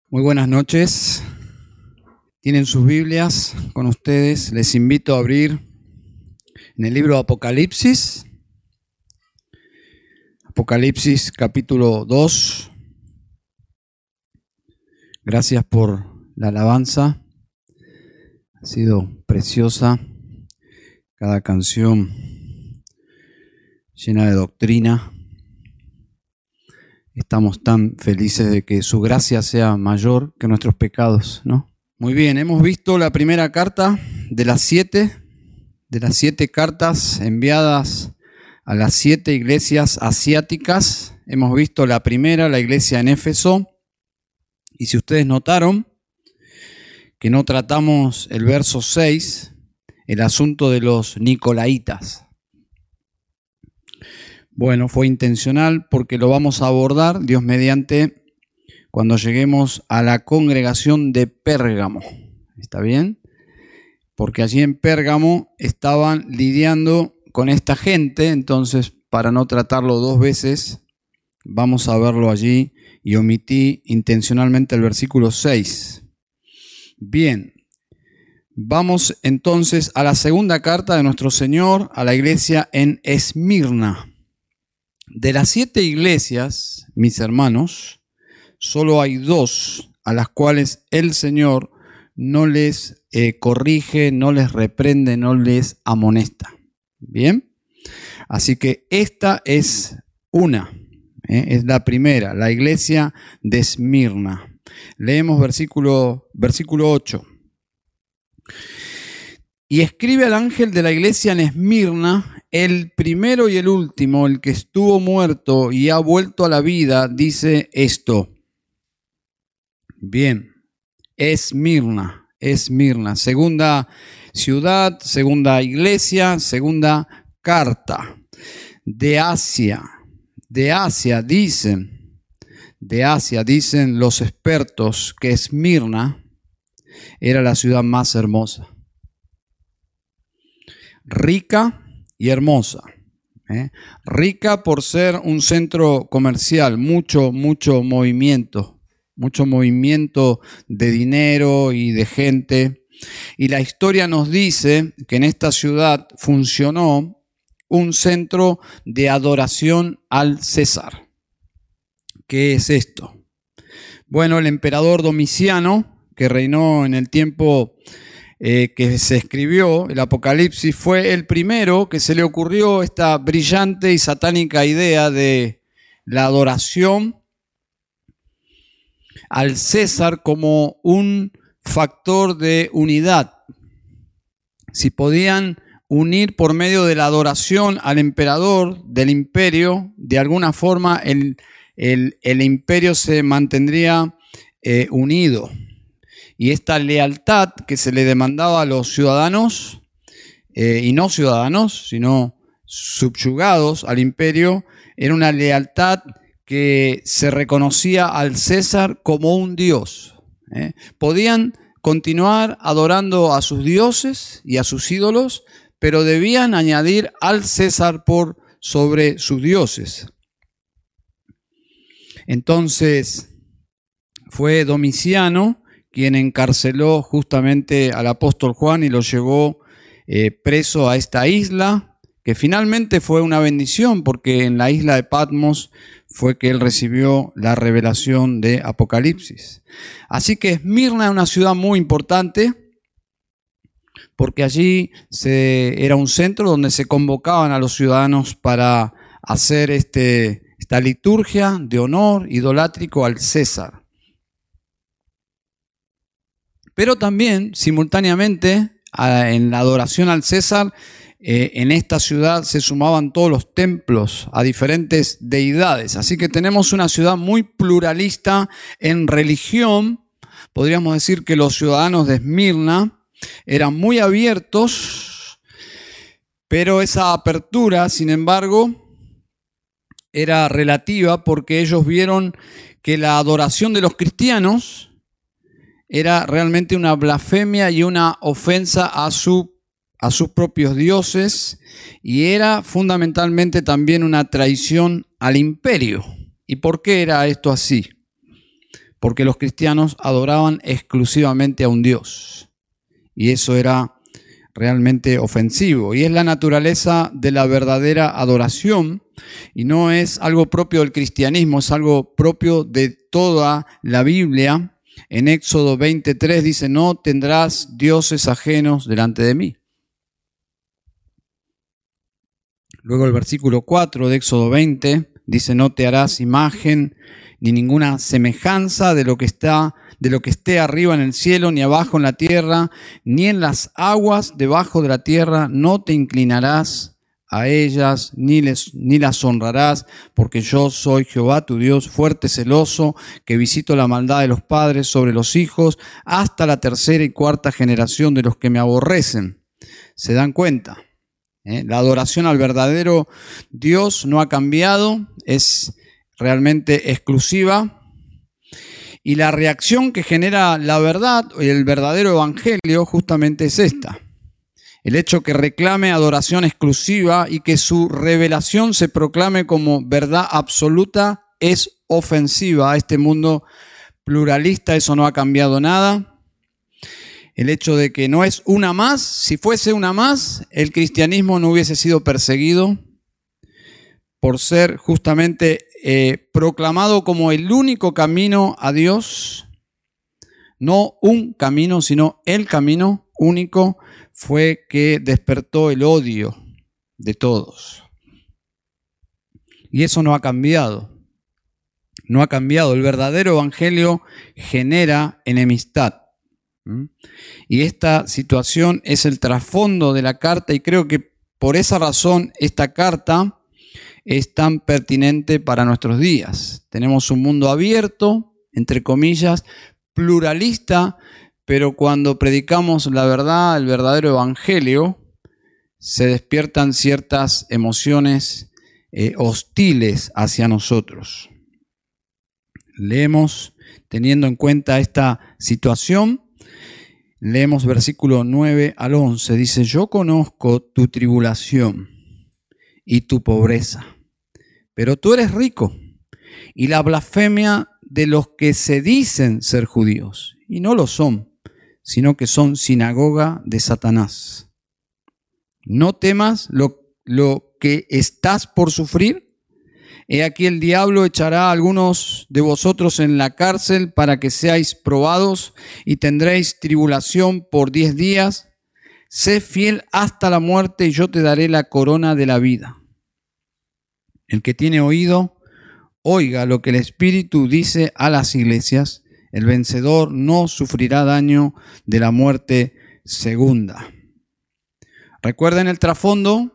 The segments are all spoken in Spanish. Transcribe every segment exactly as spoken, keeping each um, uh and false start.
Muy buenas noches. Tienen sus Biblias con ustedes. Les invito a abrir en el libro de Apocalipsis. Apocalipsis capítulo dos. Gracias por la alabanza. Ha sido preciosa. Cada canción llena de doctrina. Estamos tan felices de que su gracia sea mayor que nuestros pecados, ¿no? Muy bien, hemos visto la primera carta de las siete, de las siete cartas enviadas a las siete iglesias asiáticas. Hemos visto la primera, la iglesia en Éfeso. Y si ustedes notaron que no tratamos el verso seis, el asunto de los nicolaitas. Bueno, fue intencional porque lo vamos a abordar, Dios mediante, cuando lleguemos a la congregación de Pérgamo. ¿Está bien? Porque allí en Pérgamo estaban lidiando con esta gente, entonces para no tratarlo dos veces, vamos a verlo allí y omití intencionalmente el versículo seis. Bien, vamos entonces a la segunda carta de nuestro Señor a la iglesia en Esmirna. De las siete iglesias, mis hermanos, solo hay dos a las cuales el Señor no les eh, corrige, no les reprende, no les amonesta. ¿Bien? Así que esta es una, ¿eh? Es la primera, la iglesia de Esmirna. Leemos versículo, versículo ocho. Y escribe al ángel de la iglesia en Esmirna, el primero y el último, el que estuvo muerto y ha vuelto a la vida, dice esto. Bien, Esmirna, Esmirna, segunda ciudad, segunda iglesia, segunda carta. De Asia, de Asia dicen, de Asia dicen los expertos que Esmirna era la ciudad más hermosa. Rica y hermosa, ¿eh? Rica por ser un centro comercial, mucho, mucho movimiento, mucho movimiento de dinero y de gente. Y la historia nos dice que en esta ciudad funcionó un centro de adoración al César. ¿Qué es esto? Bueno, el emperador Domiciano, que reinó en el tiempo Eh, que se escribió el Apocalipsis, fue el primero que se le ocurrió esta brillante y satánica idea de la adoración al César como un factor de unidad. Si podían unir por medio de la adoración al emperador del imperio, de alguna forma el, el, el imperio se mantendría eh, unido. Y esta lealtad que se le demandaba a los ciudadanos, eh, y no ciudadanos, sino subyugados al imperio, era una lealtad que se reconocía al César como un dios. ¿eh? Podían continuar adorando a sus dioses y a sus ídolos, pero debían añadir al César por sobre sus dioses. Entonces, fue Domiciano quien encarceló justamente al apóstol Juan y lo llevó eh, preso a esta isla, que finalmente fue una bendición, porque en la isla de Patmos fue que él recibió la revelación de Apocalipsis. Así que Esmirna es una ciudad muy importante, porque allí se, era un centro donde se convocaban a los ciudadanos para hacer este, esta liturgia de honor idolátrico al César. Pero también, simultáneamente, en la adoración al César, eh, en esta ciudad se sumaban todos los templos a diferentes deidades. Así que tenemos una ciudad muy pluralista en religión. Podríamos decir que los ciudadanos de Esmirna eran muy abiertos, pero esa apertura, sin embargo, era relativa porque ellos vieron que la adoración de los cristianos era realmente una blasfemia y una ofensa a, su, a sus propios dioses, y era fundamentalmente también una traición al imperio. ¿Y por qué era esto así? porque los cristianos adoraban exclusivamente a un Dios. Y eso era realmente ofensivo. Y es la naturaleza de la verdadera adoración, y no es algo propio del cristianismo, es algo propio de toda la Biblia. En Éxodo veintitrés dice: no tendrás dioses ajenos delante de mí. Luego el versículo cuatro de Éxodo veinte dice: no te harás imagen ni ninguna semejanza de lo que está, de lo que esté arriba en el cielo, ni abajo en la tierra, ni en las aguas debajo de la tierra. No te inclinarás a ellas, ni, les, ni las honrarás, porque yo soy Jehová tu Dios, fuerte, celoso, que visito la maldad de los padres sobre los hijos, hasta la tercera y cuarta generación de los que me aborrecen. ¿Se dan cuenta? ¿Eh? La adoración al verdadero Dios no ha cambiado, es realmente exclusiva. Y la reacción que genera la verdad y el verdadero evangelio justamente es esta. El hecho que reclame adoración exclusiva y que su revelación se proclame como verdad absoluta es ofensiva a este mundo pluralista. Eso no ha cambiado nada. El hecho de que no es una más, si fuese una más, el cristianismo no hubiese sido perseguido por ser justamente eh, proclamado como el único camino a Dios. No un camino, sino el camino único fue que despertó el odio de todos. Y eso no ha cambiado. No ha cambiado. El verdadero evangelio genera enemistad. ¿Mm? Y esta situación es el trasfondo de la carta, y creo que por esa razón esta carta es tan pertinente para nuestros días. Tenemos un mundo abierto, entre comillas, pluralista, pero cuando predicamos la verdad, el verdadero evangelio, se despiertan ciertas emociones eh, hostiles hacia nosotros. Leemos, teniendo en cuenta esta situación, leemos versículo nueve al once. Dice: yo conozco tu tribulación y tu pobreza, pero tú eres rico, y la blasfemia de los que se dicen ser judíos, y no lo son, sino que son sinagoga de Satanás. No temas lo, lo que estás por sufrir. He aquí el diablo echará a algunos de vosotros en la cárcel para que seáis probados, y tendréis tribulación por diez días. Sé fiel hasta la muerte, y yo te daré la corona de la vida. El que tiene oído, oiga lo que el Espíritu dice a las iglesias. El vencedor no sufrirá daño de la muerte segunda. ¿Recuerden el trasfondo?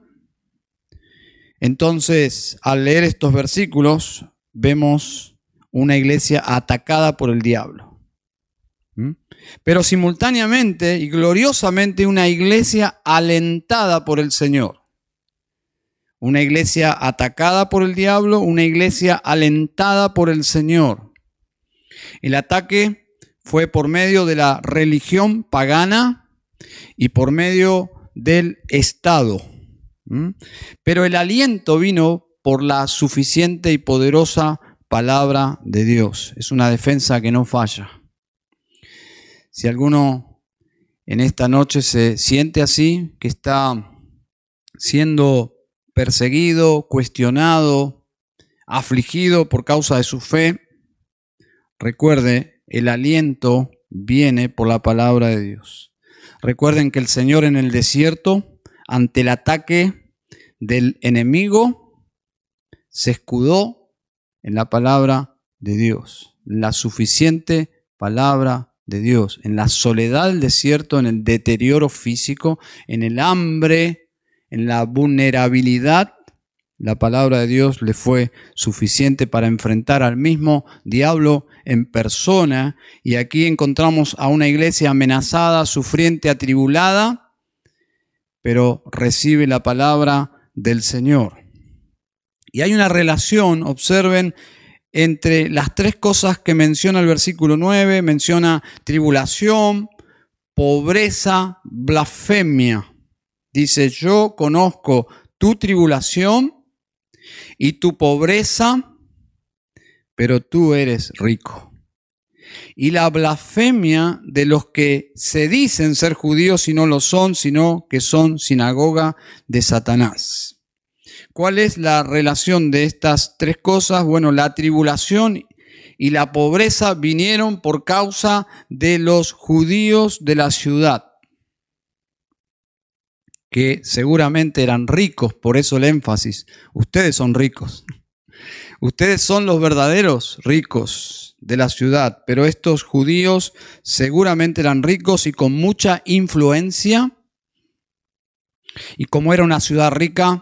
Entonces, al leer estos versículos, vemos una iglesia atacada por el diablo. ¿Mm? Pero simultáneamente y gloriosamente una iglesia alentada por el Señor. Una iglesia atacada por el diablo, una iglesia alentada por el Señor. El ataque fue por medio de la religión pagana y por medio del Estado. ¿Mm? Pero el aliento vino por la suficiente y poderosa palabra de Dios. Es una defensa que no falla. Si alguno en esta noche se siente así, que está siendo perseguido, cuestionado, afligido por causa de su fe, recuerde, el aliento viene por la palabra de Dios. Recuerden que el Señor en el desierto, ante el ataque del enemigo, se escudó en la palabra de Dios, la suficiente palabra de Dios, en la soledad del desierto, en el deterioro físico, en el hambre, en la vulnerabilidad. La palabra de Dios le fue suficiente para enfrentar al mismo diablo en persona. Y aquí encontramos a una iglesia amenazada, sufriente, atribulada, pero recibe la palabra del Señor. Y hay una relación, observen, entre las tres cosas que menciona el versículo nueve. Menciona tribulación, pobreza, blasfemia. Dice: yo conozco tu tribulación y tu pobreza, pero tú eres rico. y la blasfemia de los que se dicen ser judíos y no lo son, sino que son sinagoga de Satanás. ¿Cuál es la relación de estas tres cosas? Bueno, la tribulación y la pobreza vinieron por causa de los judíos de la ciudad, que seguramente eran ricos, por eso el énfasis. Ustedes son ricos. Ustedes son los verdaderos ricos de la ciudad, pero estos judíos seguramente eran ricos y con mucha influencia. Y como era una ciudad rica,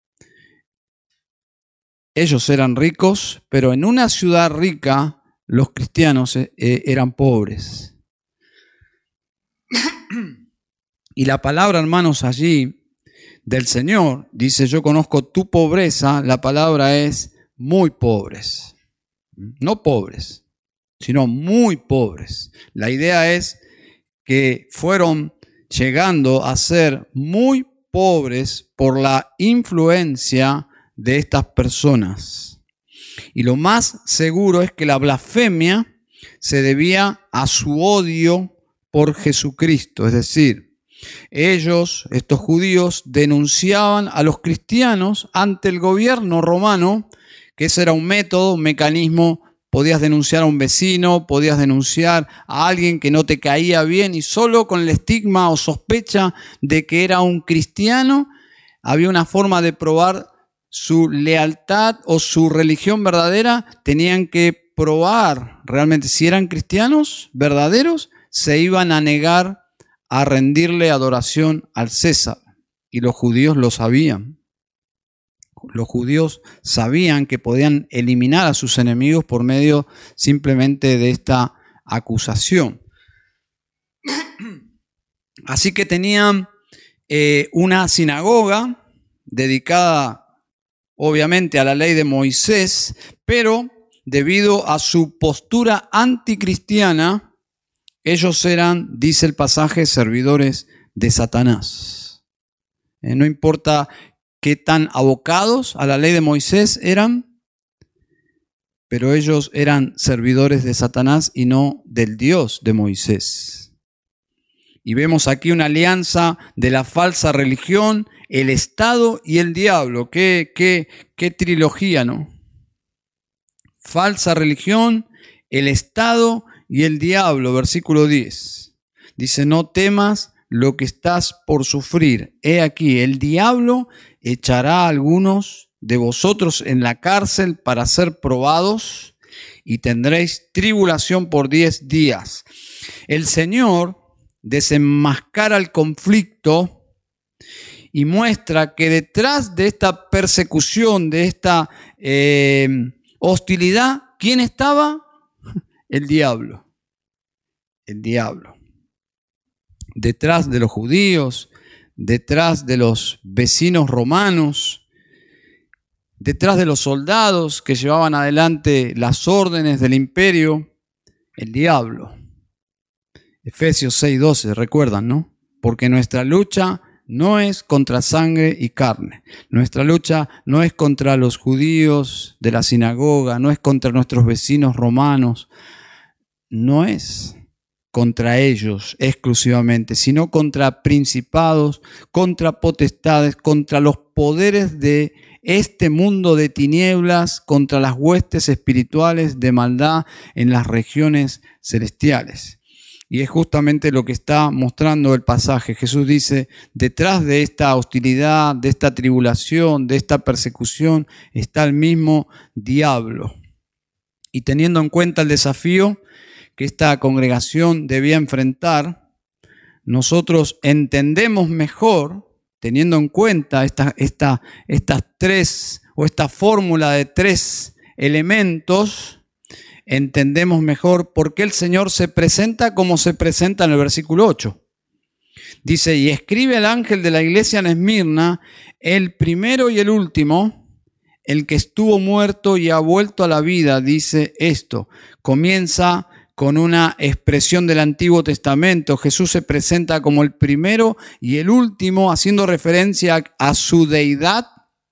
ellos eran ricos, pero en una ciudad rica los cristianos eh, eran pobres. Y la palabra, hermanos, allí del Señor dice: yo conozco tu pobreza. La palabra es muy pobres. No pobres, sino muy pobres. La idea es que fueron llegando a ser muy pobres por la influencia de estas personas. Y lo más seguro es que la blasfemia se debía a su odio por Jesucristo. Es decir, ellos, estos judíos, denunciaban a los cristianos ante el gobierno romano, que ese era un método, un mecanismo. Podías denunciar a un vecino, podías denunciar a alguien que no te caía bien y solo con el estigma o sospecha de que era un cristiano, había una forma de probar su lealtad o su religión verdadera. Tenían que probar realmente si eran cristianos verdaderos, se iban a negar a rendirle adoración al César. Y los judíos lo sabían. Los judíos sabían que podían eliminar a sus enemigos por medio simplemente de esta acusación. Así que tenían eh, una sinagoga dedicada obviamente a la ley de Moisés, pero debido a su postura anticristiana, ellos eran, dice el pasaje, servidores de Satanás. Eh, no importa qué tan abocados a la ley de Moisés eran, pero ellos eran servidores de Satanás y no del Dios de Moisés. Y vemos aquí una alianza de la falsa religión, el Estado y el diablo. Qué, qué, qué trilogía, ¿no? Falsa religión, el Estado y el diablo. Versículo diez. Dice: no temas lo que estás por sufrir. He aquí, el diablo echará a algunos de vosotros en la cárcel para ser probados y tendréis tribulación por diez días. El Señor desenmascara el conflicto y muestra que detrás de esta persecución, de esta eh, hostilidad, ¿quién estaba? El diablo. El diablo. Detrás de los judíos, detrás de los vecinos romanos, detrás de los soldados que llevaban adelante las órdenes del imperio, el diablo. Efesios seis doce, recuerdan, ¿no? Porque nuestra lucha no es contra sangre y carne. Nuestra lucha no es contra los judíos de la sinagoga, no es contra nuestros vecinos romanos, no es contra ellos exclusivamente, sino contra principados, contra potestades, contra los poderes de este mundo de tinieblas, contra las huestes espirituales de maldad en las regiones celestiales. Y es justamente lo que está mostrando el pasaje. Jesús dice: detrás de esta hostilidad, de esta tribulación, de esta persecución, está el mismo diablo. Y teniendo en cuenta el desafío que esta congregación debía enfrentar, nosotros entendemos mejor, teniendo en cuenta esta, esta, estas tres, o esta fórmula de tres elementos, entendemos mejor por qué el Señor se presenta como se presenta en el versículo ocho. Dice: y escribe al ángel de la iglesia en Esmirna, el primero y el último, el que estuvo muerto y ha vuelto a la vida, dice esto. Comienza con una expresión del Antiguo Testamento. Jesús se presenta como el primero y el último, haciendo referencia a su deidad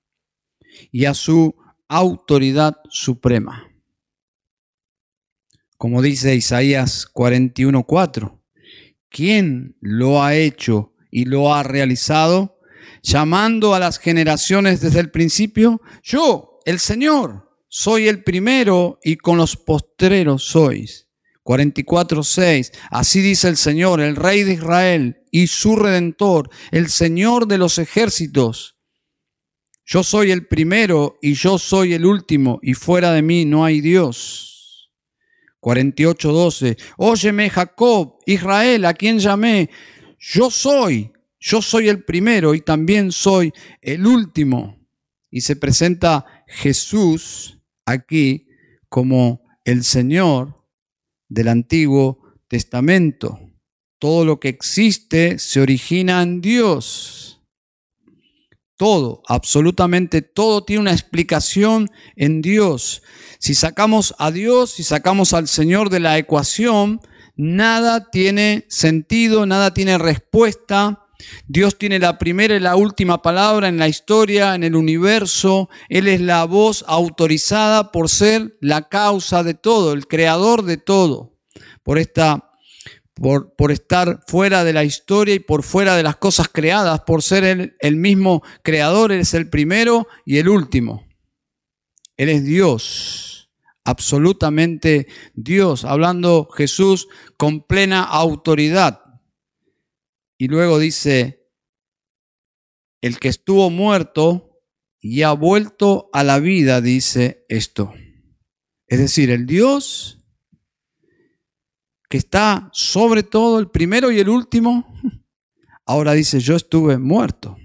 y a su autoridad suprema. Como dice Isaías cuarenta y uno cuatro, ¿quién lo ha hecho y lo ha realizado? Llamando a las generaciones desde el principio, yo, el Señor, soy el primero y con los postreros sois. cuarenta y cuatro seis, así dice el Señor, el Rey de Israel y su Redentor, el Señor de los ejércitos. Yo soy el primero y yo soy el último, y fuera de mí no hay Dios. cuarenta y ocho doce, óyeme Jacob, Israel, a quien llamé, yo soy, yo soy el primero y también soy el último. Y se presenta Jesús aquí como el Señor del Antiguo Testamento. Todo lo que existe se origina en Dios. Todo, absolutamente todo tiene una explicación en Dios. Si sacamos a Dios, si sacamos al Señor de la ecuación, nada tiene sentido, nada tiene respuesta. Dios tiene la primera y la última palabra en la historia, en el universo. Él es la voz autorizada por ser la causa de todo, el creador de todo. Por esta, por, por estar fuera de la historia y por fuera de las cosas creadas, por ser él el mismo creador, Él es el primero y el último. Él es Dios, absolutamente Dios, hablando Jesús con plena autoridad. Y luego dice, el que estuvo muerto y ha vuelto a la vida, dice esto. Es decir, el Dios que está sobre todo, el primero y el último, ahora dice, yo estuve muerto.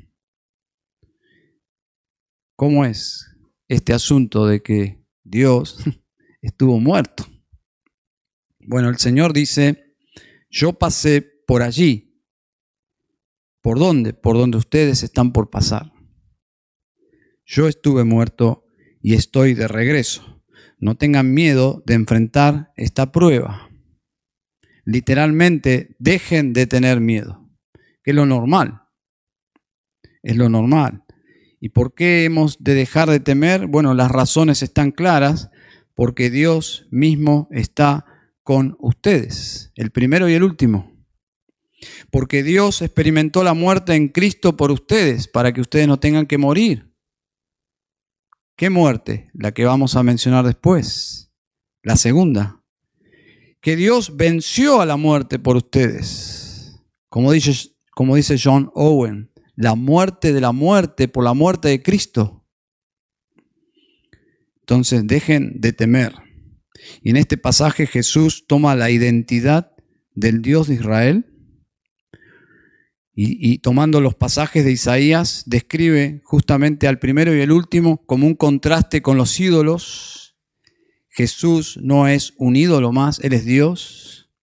¿Cómo es este asunto de que Dios estuvo muerto? Bueno, el Señor dice, yo pasé por allí. ¿Por dónde? Por donde ustedes están por pasar. Yo estuve muerto y estoy de regreso. No tengan miedo de enfrentar esta prueba. Literalmente, dejen de tener miedo, que es lo normal. Es lo normal. ¿Y por qué hemos de dejar de temer? Bueno, las razones están claras, porque Dios mismo está con ustedes, el primero y el último. Porque Dios experimentó la muerte en Cristo por ustedes, para que ustedes no tengan que morir. ¿Qué muerte? La que vamos a mencionar después. La segunda. Que Dios venció a la muerte por ustedes. Como dice, como dice John Owen, la muerte de la muerte por la muerte de Cristo. Entonces dejen de temer. Y en este pasaje Jesús toma la identidad del Dios de Israel. Y, y tomando los pasajes de Isaías, describe justamente al primero y el último como un contraste con los ídolos. Jesús no es un ídolo más, Él es Dios.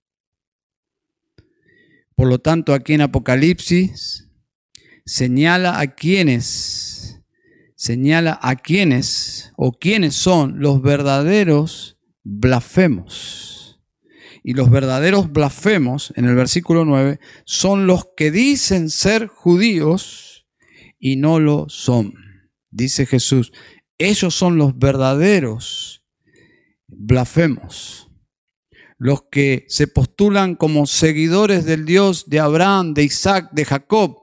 Por lo tanto, aquí en Apocalipsis señala a quienes, señala a quienes o quiénes son los verdaderos blasfemos. Y los verdaderos blasfemos, en el versículo nueve, son los que dicen ser judíos y no lo son. Dice Jesús, ellos son los verdaderos blasfemos. Los que se postulan como seguidores del Dios de Abraham, de Isaac, de Jacob.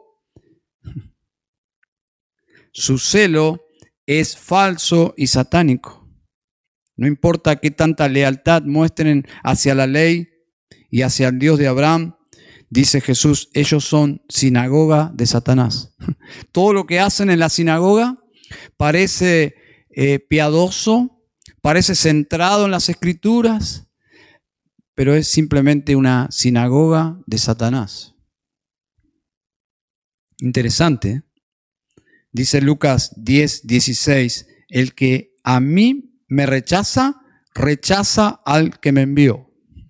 Su celo es falso y satánico. No importa qué tanta lealtad muestren hacia la ley y hacia el Dios de Abraham, dice Jesús, ellos son sinagoga de Satanás. Todo lo que hacen en la sinagoga parece eh, piadoso, parece centrado en las Escrituras, pero es simplemente una sinagoga de Satanás. Interesante, ¿eh? Dice Lucas diez, dieciséis, el que a mí me rechaza, rechaza al que me envió.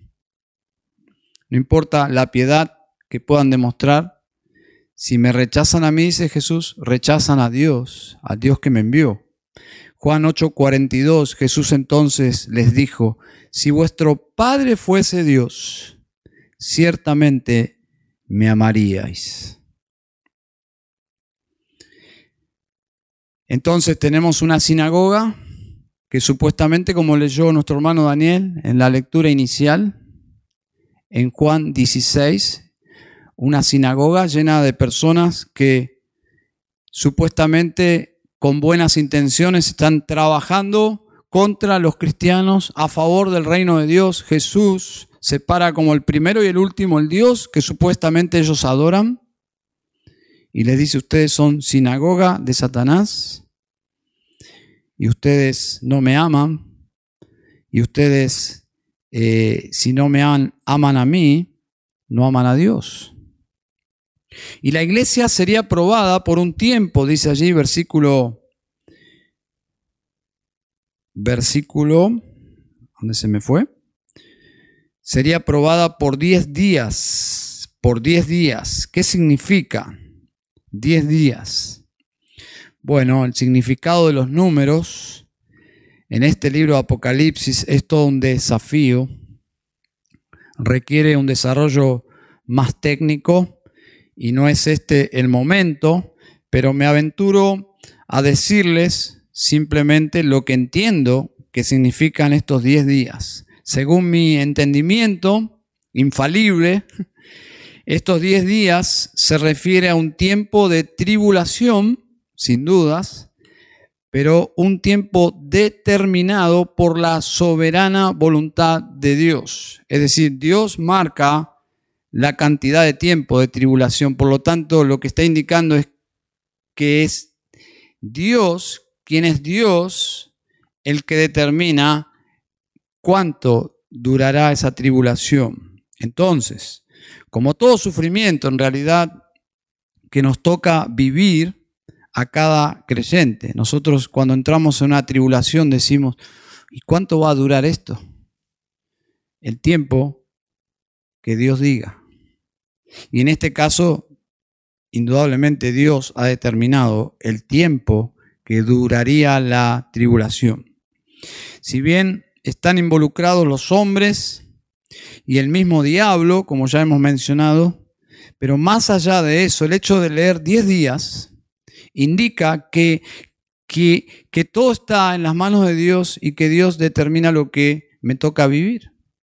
No importa la piedad que puedan demostrar, si me rechazan a mí, dice Jesús, rechazan a Dios, al Dios que me envió. Juan ocho, cuarenta y dos, Jesús entonces les dijo, si vuestro Padre fuese Dios, ciertamente me amaríais. Entonces tenemos una sinagoga que supuestamente, como leyó nuestro hermano Daniel en la lectura inicial, en Juan dieciséis, una sinagoga llena de personas que supuestamente con buenas intenciones están trabajando contra los cristianos a favor del reino de Dios. Jesús se para como el primero y el último, el Dios que supuestamente ellos adoran, y les dice: ustedes son sinagoga de Satanás, y ustedes no me aman, y ustedes, eh, si no me aman, aman a mí, no aman a Dios. Y la iglesia sería probada por un tiempo, dice allí, versículo, versículo, ¿dónde se me fue? Sería probada por diez días, por diez días. ¿Qué significa? Diez días. Bueno, el significado de los números en este libro de Apocalipsis es todo un desafío. Requiere un desarrollo más técnico y no es este el momento, pero me aventuro a decirles simplemente lo que entiendo que significan estos diez días. Según mi entendimiento infalible, estos diez días se refiere a un tiempo de tribulación, sin dudas, pero un tiempo determinado por la soberana voluntad de Dios. Es decir, Dios marca la cantidad de tiempo de tribulación. Por lo tanto, lo que está indicando es que es Dios, quien es Dios, el que determina cuánto durará esa tribulación. Entonces, como todo sufrimiento en realidad que nos toca vivir a cada creyente, nosotros cuando entramos en una tribulación decimos: ¿y cuánto va a durar esto? El tiempo que Dios diga. Y en este caso, indudablemente Dios ha determinado el tiempo que duraría la tribulación. Si bien están involucrados los hombres y el mismo diablo, como ya hemos mencionado, pero más allá de eso, el hecho de leer diez días indica que, que, que todo está en las manos de Dios y que Dios determina lo que me toca vivir.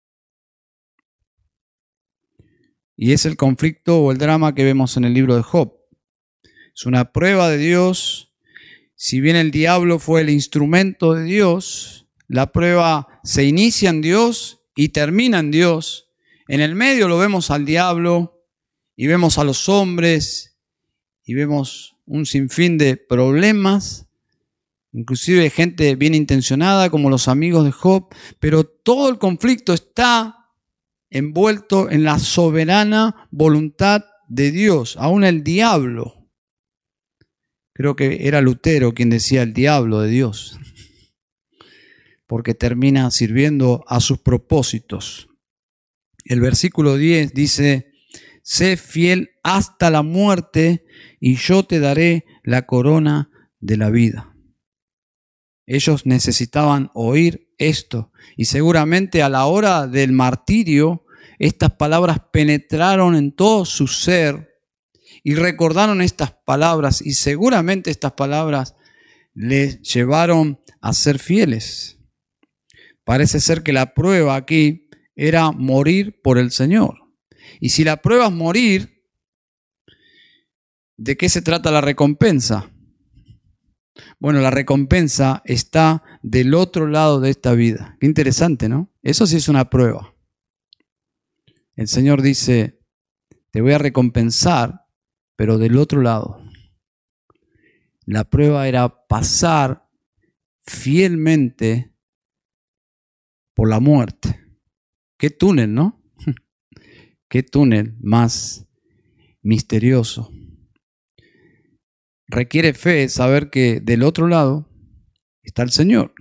Y es el conflicto o el drama que vemos en el libro de Job. Es una prueba de Dios. Si bien el diablo fue el instrumento de Dios, la prueba se inicia en Dios y termina en Dios. En el medio lo vemos al diablo y vemos a los hombres y vemos un sinfín de problemas, inclusive gente bien intencionada como los amigos de Job, pero todo el conflicto está envuelto en la soberana voluntad de Dios. Aún el diablo, creo que era Lutero quien decía el diablo de Dios, porque termina sirviendo a sus propósitos. El versículo diez dice: sé fiel hasta la muerte y yo te daré la corona de la vida. Ellos necesitaban oír esto y seguramente a la hora del martirio estas palabras penetraron en todo su ser y recordaron estas palabras y seguramente estas palabras les llevaron a ser fieles. Parece ser que la prueba aquí era morir por el Señor. Y si la prueba es morir, ¿de qué se trata la recompensa? Bueno, la recompensa está del otro lado de esta vida. Qué interesante, ¿no? Eso sí es una prueba. El Señor dice: te voy a recompensar, pero del otro lado. La prueba era pasar fielmente por la muerte. Qué túnel, ¿no? Qué túnel más misterioso. Requiere fe saber que del otro lado está el Señor.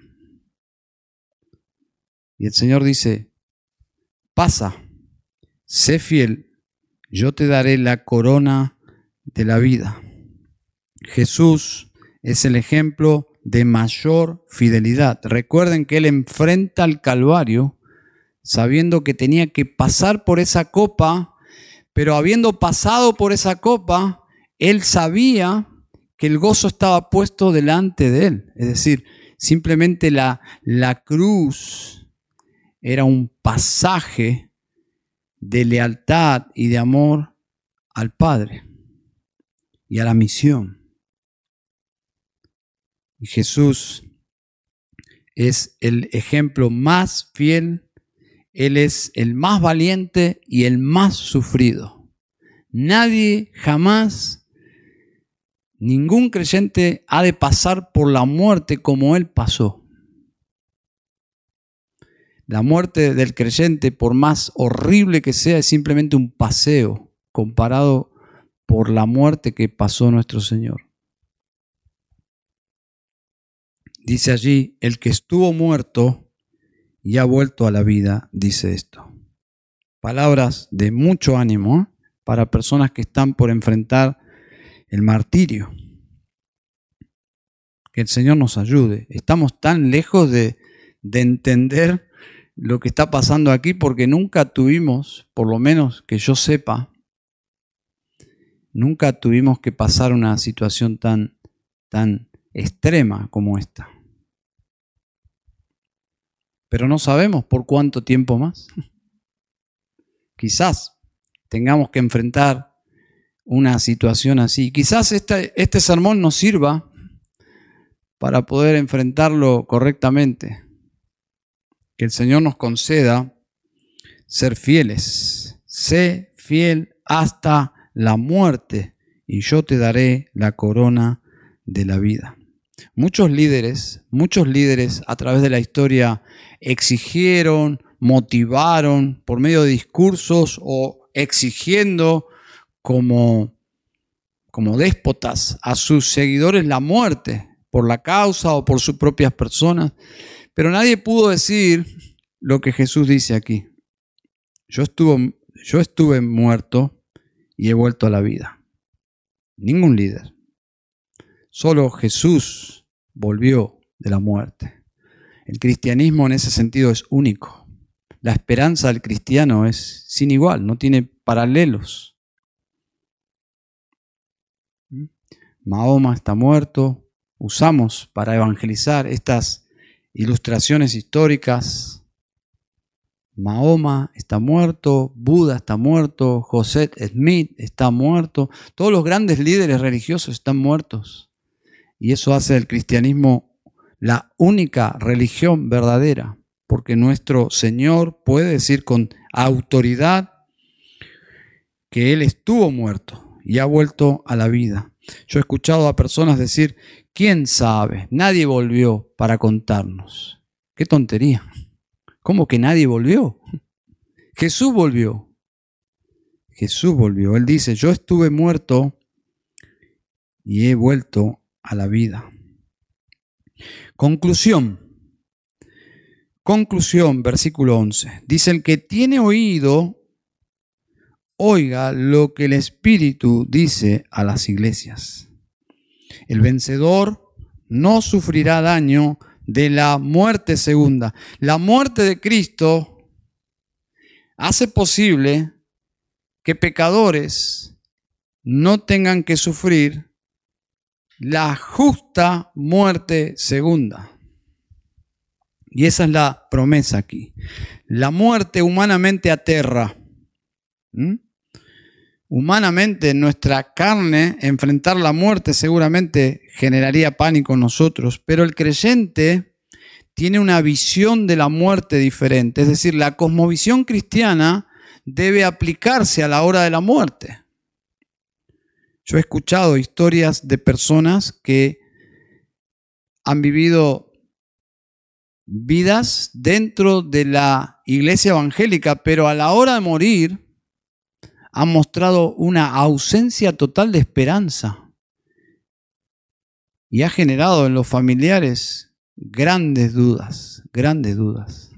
Y el Señor dice: pasa, sé fiel, yo te daré la corona de la vida. Jesús es el ejemplo de mayor fidelidad. Recuerden que Él enfrenta al Calvario sabiendo que tenía que pasar por esa copa, pero habiendo pasado por esa copa, Él sabía que el gozo estaba puesto delante de Él. Es decir, Simplemente la, la cruz era un pasaje de lealtad y de amor al Padre y a la misión. Y Jesús es el ejemplo más fiel, Él es el más valiente y el más sufrido. Nadie jamás, ningún creyente ha de pasar por la muerte como Él pasó. La muerte del creyente, por más horrible que sea, es simplemente un paseo comparado por la muerte que pasó nuestro Señor. Dice allí, el que estuvo muerto y ha vuelto a la vida, dice esto. Palabras de mucho ánimo, ¿eh? Para personas que están por enfrentar el martirio. Que el Señor nos ayude. Estamos tan lejos de, de entender lo que está pasando aquí porque nunca tuvimos, por lo menos que yo sepa, nunca tuvimos que pasar una situación tan, tan extrema como esta. Pero no sabemos por cuánto tiempo más. Quizás tengamos que enfrentar una situación así. Quizás este, este sermón nos sirva para poder enfrentarlo correctamente. Que el Señor nos conceda ser fieles. Sé fiel hasta la muerte y yo te daré la corona de la vida. Muchos líderes, muchos líderes a través de la historia exigieron, motivaron por medio de discursos o exigiendo como, como déspotas a sus seguidores la muerte por la causa o por sus propias personas. Pero nadie pudo decir lo que Jesús dice aquí. Yo estuve, yo estuve muerto y he vuelto a la vida. Ningún líder. Solo Jesús volvió de la muerte. El cristianismo en ese sentido es único. La esperanza del cristiano es sin igual, no tiene paralelos. Mahoma está muerto. Usamos para evangelizar estas ilustraciones históricas. Mahoma está muerto, Buda está muerto, José Smith está muerto. Todos los grandes líderes religiosos están muertos. Y eso hace del cristianismo la única religión verdadera, porque nuestro Señor puede decir con autoridad que Él estuvo muerto y ha vuelto a la vida. Yo he escuchado a personas decir, ¿quién sabe? Nadie volvió para contarnos. ¡Qué tontería! ¿Cómo que nadie volvió? Jesús volvió. Jesús volvió. Él dice, yo estuve muerto y he vuelto a la vida. Conclusión. Conclusión, versículo once. Dice, el que tiene oído, oiga lo que el Espíritu dice a las iglesias. El vencedor no sufrirá daño de la muerte segunda. La muerte de Cristo hace posible que pecadores no tengan que sufrir la justa muerte segunda. Y esa es la promesa aquí. La muerte humanamente aterra. ¿Mm? Humanamente, en nuestra carne, enfrentar la muerte seguramente generaría pánico en nosotros, pero el creyente tiene una visión de la muerte diferente. Es decir, la cosmovisión cristiana debe aplicarse a la hora de la muerte. Yo he escuchado historias de personas que han vivido vidas dentro de la iglesia evangélica, pero a la hora de morir han mostrado una ausencia total de esperanza y ha generado en los familiares grandes dudas, grandes dudas.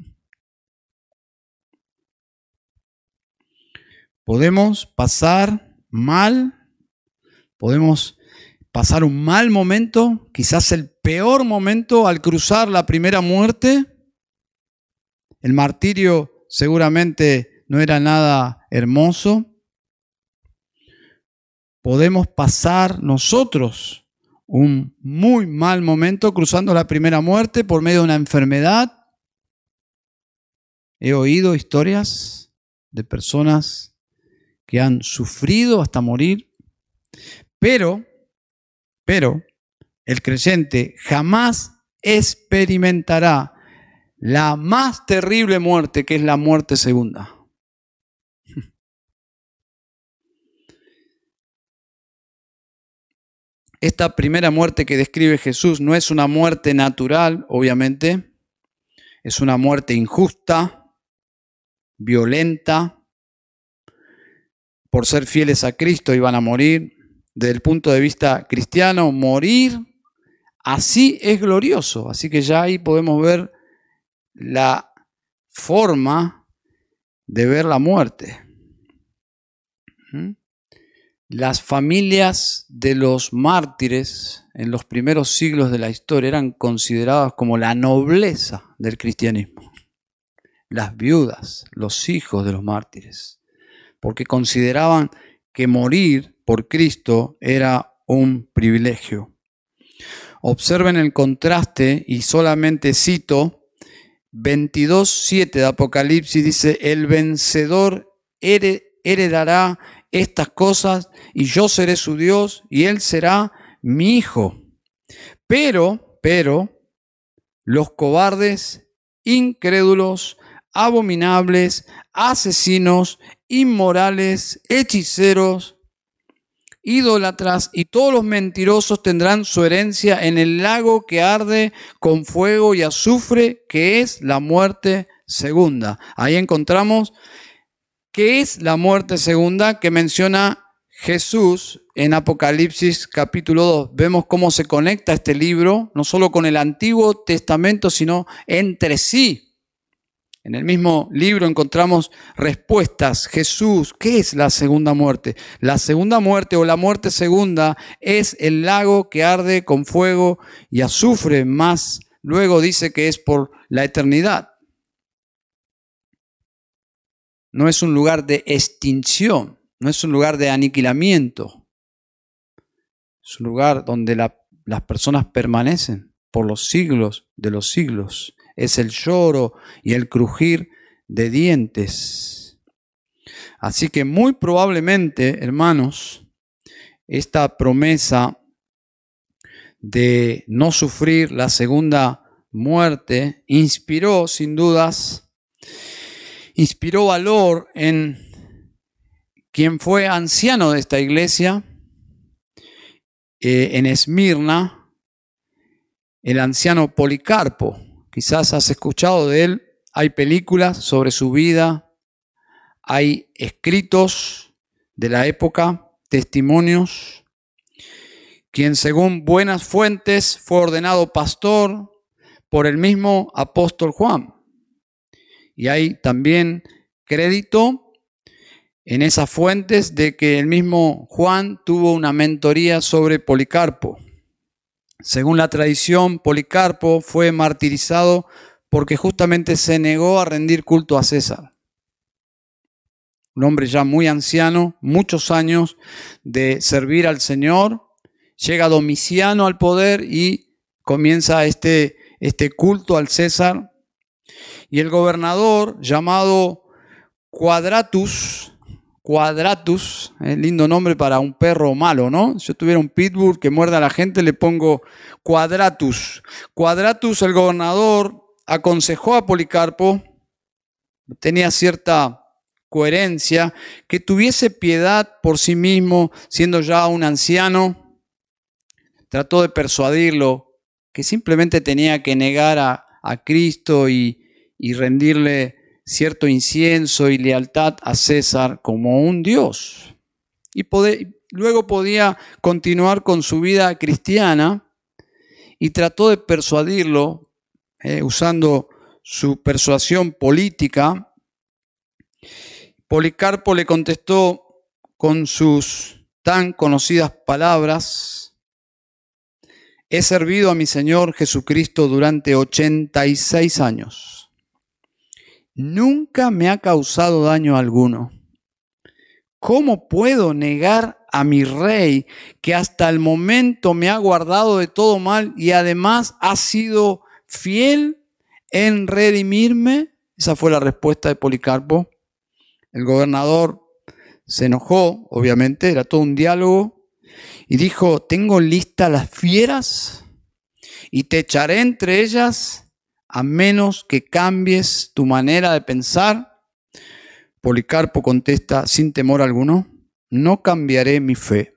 Podemos pasar mal, podemos pasar un mal momento, quizás el peor momento al cruzar la primera muerte. El martirio seguramente no era nada hermoso. Podemos pasar nosotros un muy mal momento, cruzando la primera muerte por medio de una enfermedad. He oído historias de personas que han sufrido hasta morir, pero, pero el creyente jamás experimentará la más terrible muerte, que es la muerte segunda. Esta primera muerte que describe Jesús no es una muerte natural, obviamente, es una muerte injusta, violenta. Por ser fieles a Cristo iban a morir. Desde el punto de vista cristiano, morir así es glorioso. Así que ya ahí podemos ver la forma de ver la muerte. ¿Mm? Las familias de los mártires en los primeros siglos de la historia eran consideradas como la nobleza del cristianismo. Las viudas, los hijos de los mártires, porque consideraban que morir por Cristo era un privilegio. Observen el contraste, y solamente cito veintidós siete de Apocalipsis, dice: el vencedor heredará estas cosas, y yo seré su Dios, y él será mi hijo. Pero, pero, los cobardes, incrédulos, abominables, asesinos, inmorales, hechiceros, idólatras y todos los mentirosos tendrán su herencia en el lago que arde con fuego y azufre, que es la muerte segunda. Ahí encontramos qué es la muerte segunda que menciona Jesús en Apocalipsis capítulo dos. Vemos cómo se conecta este libro, no solo con el Antiguo Testamento, sino entre sí. En el mismo libro encontramos respuestas. Jesús, ¿qué es la segunda muerte? La segunda muerte, o la muerte segunda, es el lago que arde con fuego y azufre, más luego dice que es por la eternidad. No es un lugar de extinción, no es un lugar de aniquilamiento. Es un lugar donde la, las personas permanecen por los siglos de los siglos. Es el lloro y el crujir de dientes. Así que muy probablemente, hermanos, esta promesa de no sufrir la segunda muerte inspiró, sin dudas, inspiró valor en quien fue anciano de esta iglesia, eh, en Esmirna, el anciano Policarpo. Quizás has escuchado de él, hay películas sobre su vida, hay escritos de la época, testimonios, quien según buenas fuentes fue ordenado pastor por el mismo apóstol Juan. Y hay también crédito en esas fuentes de que el mismo Juan tuvo una mentoría sobre Policarpo. Según la tradición, Policarpo fue martirizado porque justamente se negó a rendir culto a César. Un hombre ya muy anciano, muchos años de servir al Señor, llega Domiciano al poder y comienza este, este culto al César. Y el gobernador llamado Quadratus, Quadratus, eh, lindo nombre para un perro malo, ¿no? Si yo tuviera un pitbull que muerda a la gente, le pongo Quadratus. Quadratus, el gobernador, aconsejó a Policarpo, tenía cierta coherencia, que tuviese piedad por sí mismo, siendo ya un anciano. Trató de persuadirlo que simplemente tenía que negar a, a Cristo y, y rendirle cierto incienso y lealtad a César como un dios. Y poder, luego podía continuar con su vida cristiana, y trató de persuadirlo eh, usando su persuasión política. Policarpo le contestó con sus tan conocidas palabras: he servido a mi Señor Jesucristo durante ochenta y seis años. Nunca me ha causado daño alguno. ¿Cómo puedo negar a mi rey, que hasta el momento me ha guardado de todo mal y además ha sido fiel en redimirme? Esa fue la respuesta de Policarpo. El gobernador se enojó, obviamente, era todo un diálogo, y dijo: tengo listas las fieras y te echaré entre ellas a menos que cambies tu manera de pensar. Policarpo contesta sin temor alguno: no cambiaré mi fe.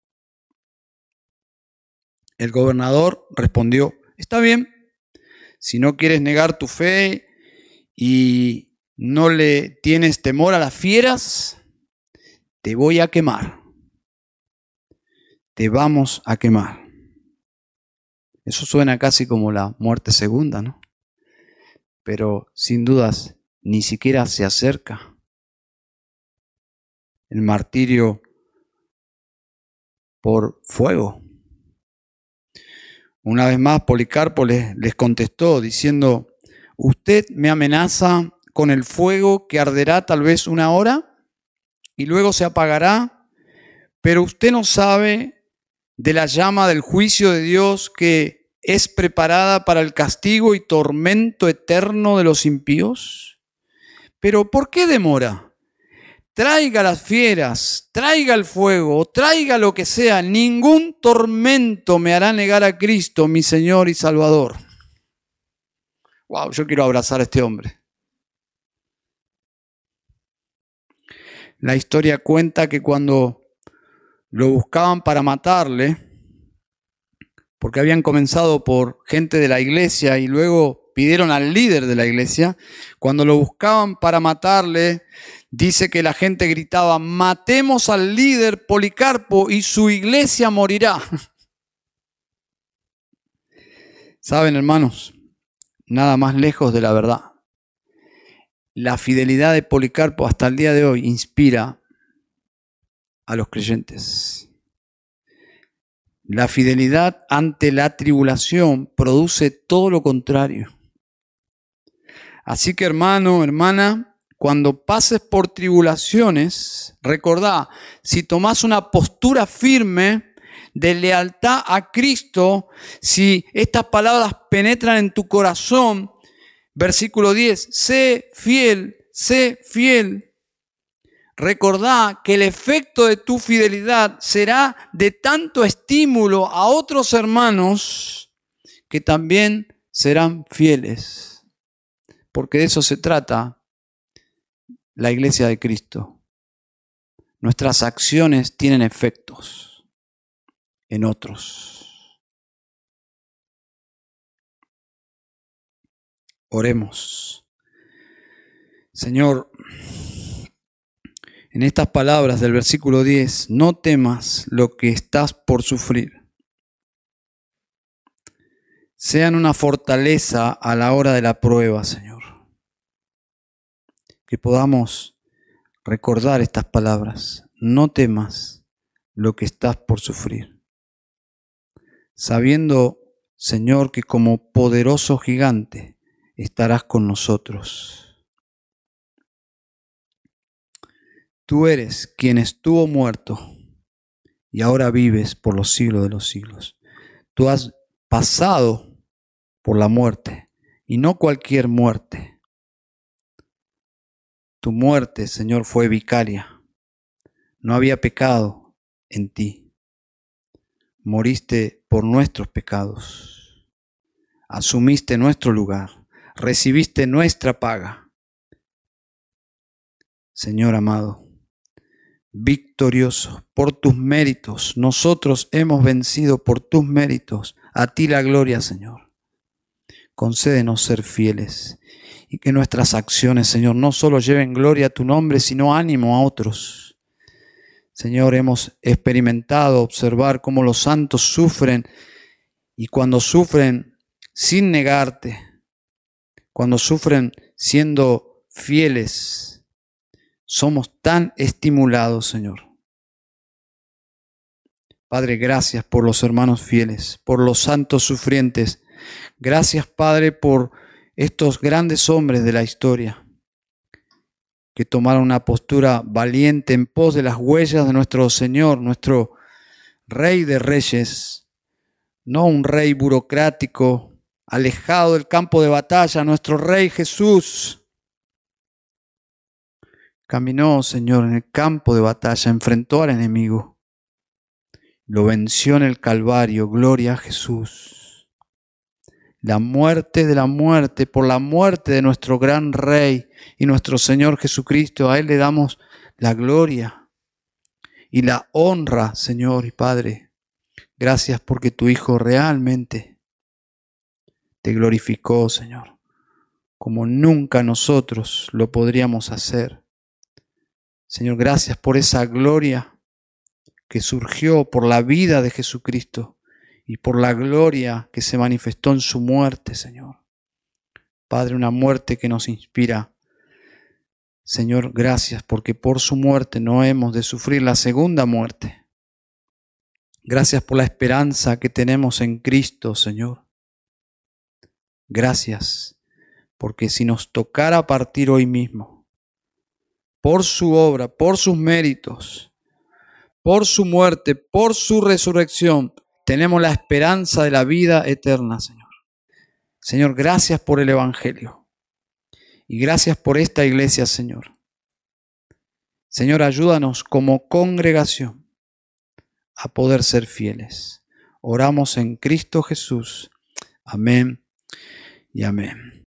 El gobernador respondió: está bien, si no quieres negar tu fe y no le tienes temor a las fieras, te voy a quemar. Te vamos a quemar. Eso suena casi como la muerte segunda, ¿no? Pero sin dudas ni siquiera se acerca. El martirio por fuego. Una vez más Policarpo les, les contestó diciendo: usted me amenaza con el fuego que arderá tal vez una hora y luego se apagará, pero usted no sabe de la llama del juicio de Dios que es preparada para el castigo y tormento eterno de los impíos. Pero ¿por qué demora? Traiga las fieras, traiga el fuego, traiga lo que sea. Ningún tormento me hará negar a Cristo, mi Señor y Salvador. Wow, yo quiero abrazar a este hombre. La historia cuenta que cuando lo buscaban para matarle, porque habían comenzado por gente de la iglesia y luego pidieron al líder de la iglesia, cuando lo buscaban para matarle, dice que la gente gritaba: matemos al líder Policarpo y su iglesia morirá. Saben, hermanos, nada más lejos de la verdad. La fidelidad de Policarpo hasta el día de hoy inspira a los creyentes. La fidelidad ante la tribulación produce todo lo contrario. Así que, hermano, hermana, cuando pases por tribulaciones, recordá, si tomás una postura firme de lealtad a Cristo, si estas palabras penetran en tu corazón, versículo diez, sé fiel, sé fiel. Recordá que el efecto de tu fidelidad será de tanto estímulo a otros hermanos que también serán fieles. Porque de eso se trata la iglesia de Cristo. Nuestras acciones tienen efectos en otros. Oremos. Señor, en estas palabras del versículo diez, no temas lo que estás por sufrir. Sean una fortaleza a la hora de la prueba, Señor. Que podamos recordar estas palabras. No temas lo que estás por sufrir. Sabiendo, Señor, que como poderoso gigante estarás con nosotros. Tú eres quien estuvo muerto y ahora vives por los siglos de los siglos. Tú has pasado por la muerte y no cualquier muerte. Tu muerte, Señor, fue vicaria. No había pecado en ti. Moriste por nuestros pecados. Asumiste nuestro lugar. Recibiste nuestra paga. Señor amado, victorioso por tus méritos. Nosotros hemos vencido por tus méritos. A ti la gloria, Señor. Concédenos ser fieles y que nuestras acciones, Señor, no solo lleven gloria a tu nombre, sino ánimo a otros. Señor, hemos experimentado, observar cómo los santos sufren y cuando sufren sin negarte, cuando sufren siendo fieles, somos tan estimulados, Señor. Padre, gracias por los hermanos fieles, por los santos sufrientes. Gracias, Padre, por estos grandes hombres de la historia que tomaron una postura valiente en pos de las huellas de nuestro Señor, nuestro Rey de Reyes, no un rey burocrático, alejado del campo de batalla, nuestro Rey Jesús. Caminó, Señor, en el campo de batalla, enfrentó al enemigo, lo venció en el Calvario. Gloria a Jesús. La muerte de la muerte, por la muerte de nuestro gran Rey y nuestro Señor Jesucristo, a Él le damos la gloria y la honra, Señor y Padre. Gracias porque tu Hijo realmente te glorificó, Señor, como nunca nosotros lo podríamos hacer. Señor, gracias por esa gloria que surgió por la vida de Jesucristo y por la gloria que se manifestó en su muerte, Señor. Padre, una muerte que nos inspira. Señor, gracias porque por su muerte no hemos de sufrir la segunda muerte. Gracias por la esperanza que tenemos en Cristo, Señor. Gracias porque si nos tocara partir hoy mismo, por su obra, por sus méritos, por su muerte, por su resurrección, tenemos la esperanza de la vida eterna, Señor. Señor, gracias por el Evangelio y gracias por esta iglesia, Señor. Señor, ayúdanos como congregación a poder ser fieles. Oramos en Cristo Jesús. Amén y amén.